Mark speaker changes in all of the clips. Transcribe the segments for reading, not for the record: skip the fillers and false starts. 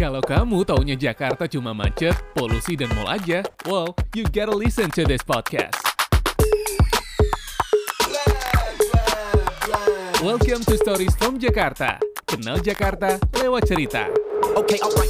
Speaker 1: Kalau kamu taunya Jakarta cuma macet, polusi, dan mall aja, well, you gotta listen to this podcast. Welcome to Stories from Jakarta. Kenal Jakarta lewat cerita.
Speaker 2: Okay, alright.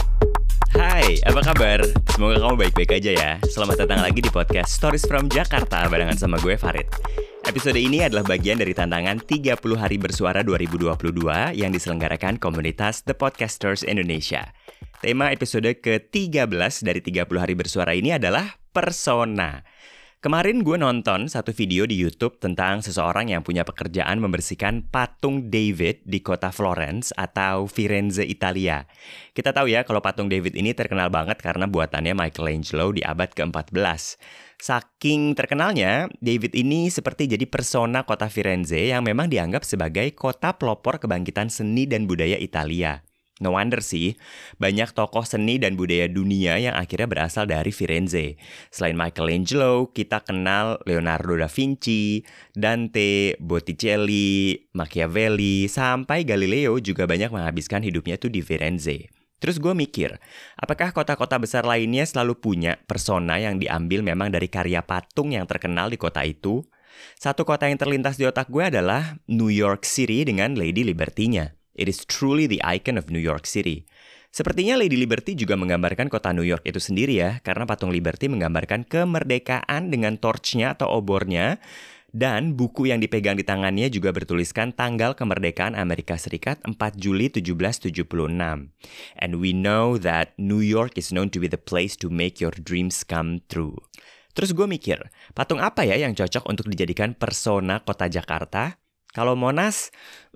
Speaker 2: Hai, apa kabar? Semoga kamu baik-baik aja ya. Selamat datang lagi di podcast Stories from Jakarta barengan sama gue, Farid. Episode ini adalah bagian dari tantangan 30 Hari Bersuara 2022 yang diselenggarakan komunitas The Podcasters Indonesia. Tema episode ke-13 dari 30 Hari Bersuara ini adalah persona. Kemarin gue nonton satu video di YouTube tentang seseorang yang punya pekerjaan membersihkan patung David di kota Florence atau Firenze, Italia. Kita tahu ya kalau patung David ini terkenal banget karena buatannya Michelangelo di abad ke-14. Saking terkenalnya, David ini seperti jadi persona kota Firenze yang memang dianggap sebagai kota pelopor kebangkitan seni dan budaya Italia. No wonder sih, banyak tokoh seni dan budaya dunia yang akhirnya berasal dari Firenze. Selain Michelangelo, kita kenal Leonardo da Vinci, Dante, Botticelli, Machiavelli, sampai Galileo juga banyak menghabiskan hidupnya tuh di Firenze. Terus gue mikir, apakah kota-kota besar lainnya selalu punya persona yang diambil memang dari karya patung yang terkenal di kota itu? Satu kota yang terlintas di otak gue adalah New York City dengan Lady Liberty-nya. It is truly the icon of New York City. Sepertinya Lady Liberty juga menggambarkan kota New York itu sendiri ya, karena patung Liberty menggambarkan kemerdekaan dengan torchnya atau obornya, dan buku yang dipegang di tangannya juga bertuliskan tanggal kemerdekaan Amerika Serikat 4 Juli 1776. And we know that New York is known to be the place to make your dreams come true. Terus gue mikir, patung apa ya yang cocok untuk dijadikan persona kota Jakarta? Kalau Monas,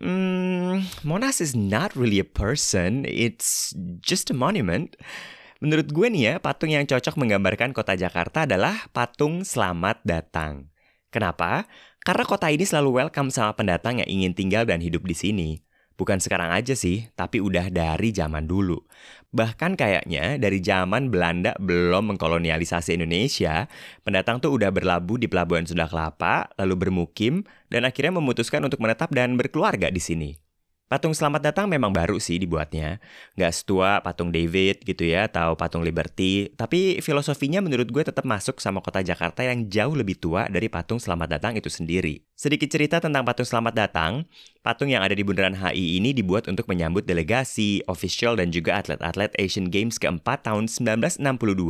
Speaker 2: Monas is not really a person, it's just a monument. Menurut gue nih ya, patung yang cocok menggambarkan kota Jakarta adalah patung Selamat Datang. Kenapa? Karena kota ini selalu welcome sama pendatang yang ingin tinggal dan hidup di sini. Bukan sekarang aja sih, tapi udah dari zaman dulu. Bahkan kayaknya dari zaman Belanda belum mengkolonialisasi Indonesia, pendatang tuh udah berlabuh di Pelabuhan Sunda Kelapa, lalu bermukim, dan akhirnya memutuskan untuk menetap dan berkeluarga di sini. Patung Selamat Datang memang baru sih dibuatnya. Nggak setua patung David gitu ya, atau patung Liberty. Tapi filosofinya menurut gue tetap masuk sama kota Jakarta yang jauh lebih tua dari patung Selamat Datang itu sendiri. Sedikit cerita tentang patung Selamat Datang. Patung yang ada di Bundaran HI ini dibuat untuk menyambut delegasi, official, dan juga atlet-atlet Asian Games keempat tahun 1962,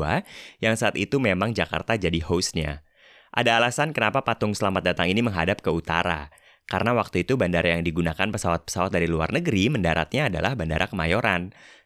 Speaker 2: yang saat itu memang Jakarta jadi hostnya. Ada alasan kenapa patung Selamat Datang ini menghadap ke utara. Karena waktu itu bandara yang digunakan pesawat-pesawat dari luar negeri mendaratnya adalah Bandara Kemayoran.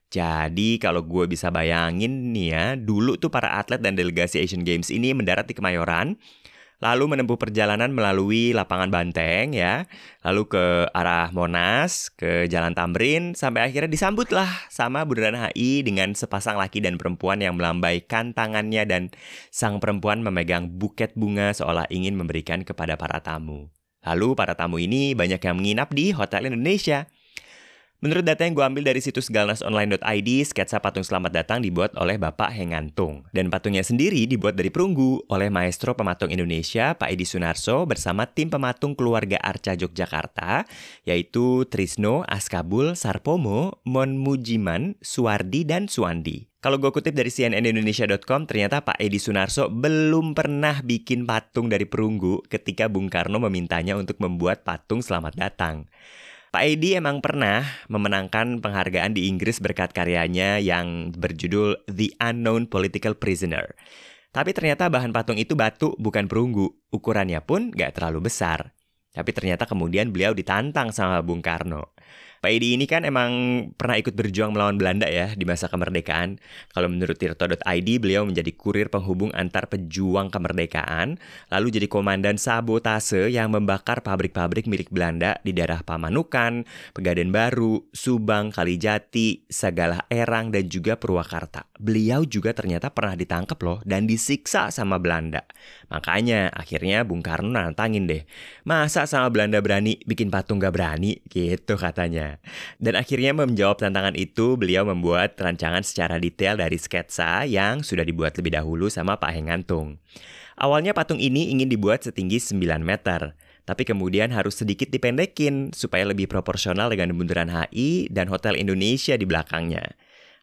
Speaker 2: Jadi kalau gue bisa bayangin nih ya, dulu tuh para atlet dan delegasi Asian Games ini mendarat di Kemayoran, lalu menempuh perjalanan melalui lapangan Banteng ya, lalu ke arah Monas, ke Jalan Tamrin, sampai akhirnya disambutlah sama Bundaran HI dengan sepasang laki dan perempuan yang melambaikan tangannya dan sang perempuan memegang buket bunga seolah ingin memberikan kepada para tamu. Lalu para tamu ini banyak yang menginap di Hotel Indonesia. Menurut data yang gue ambil dari situs galnasonline.id, sketsa patung Selamat Datang dibuat oleh Bapak Hengantung. Dan patungnya sendiri dibuat dari perunggu oleh maestro pematung Indonesia, Pak Edi Sunarso, bersama tim pematung keluarga Arca Yogyakarta, yaitu Trisno, Askabul, Sarpomo, Monmujiman, Suwardi, dan Suwandi. Kalau gue kutip dari cnnindonesia.com, ternyata Pak Edi Sunarso belum pernah bikin patung dari perunggu ketika Bung Karno memintanya untuk membuat patung Selamat Datang. Pak Edi emang pernah memenangkan penghargaan di Inggris berkat karyanya yang berjudul The Unknown Political Prisoner. Tapi ternyata bahan patung itu batu bukan perunggu, ukurannya pun gak terlalu besar. Tapi ternyata kemudian beliau ditantang sama Bung Karno. Pak Edi ini kan emang pernah ikut berjuang melawan Belanda ya di masa kemerdekaan. Kalau menurut tirto.id, beliau menjadi kurir penghubung antar pejuang kemerdekaan, lalu jadi komandan sabotase yang membakar pabrik-pabrik milik Belanda di daerah Pamanukan, Pegadaian Baru, Subang, Kalijati, Sagalah Erang, dan juga Purwakarta. Beliau juga ternyata pernah ditangkap loh dan disiksa sama Belanda. Makanya akhirnya Bung Karno nantangin deh. Masa sama Belanda berani bikin patung gak berani? Gitu katanya. Dan akhirnya menjawab tantangan itu, beliau membuat rancangan secara detail dari sketsa yang sudah dibuat lebih dahulu sama Pak Hengantung. Awalnya patung ini ingin dibuat setinggi 9 meter, tapi kemudian harus sedikit dipendekin supaya lebih proporsional dengan Bundaran HI dan Hotel Indonesia di belakangnya.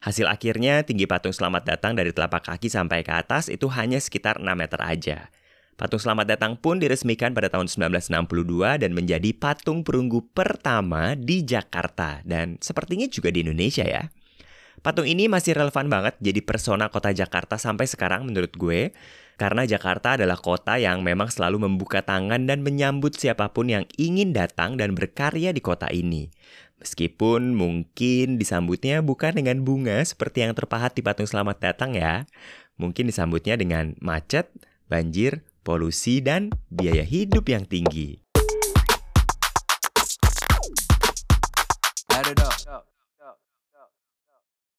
Speaker 2: Hasil akhirnya, tinggi patung selamat datang dari telapak kaki sampai ke atas itu hanya sekitar 6 meter aja. Patung selamat datang pun diresmikan pada tahun 1962 dan menjadi patung perunggu pertama di Jakarta. Dan sepertinya juga di Indonesia ya. Patung ini masih relevan banget jadi persona kota Jakarta sampai sekarang menurut gue. Karena Jakarta adalah kota yang memang selalu membuka tangan dan menyambut siapapun yang ingin datang dan berkarya di kota ini. Meskipun mungkin disambutnya bukan dengan bunga seperti yang terpahat di patung selamat datang ya. Mungkin disambutnya dengan macet, banjir, polusi, dan biaya hidup yang tinggi.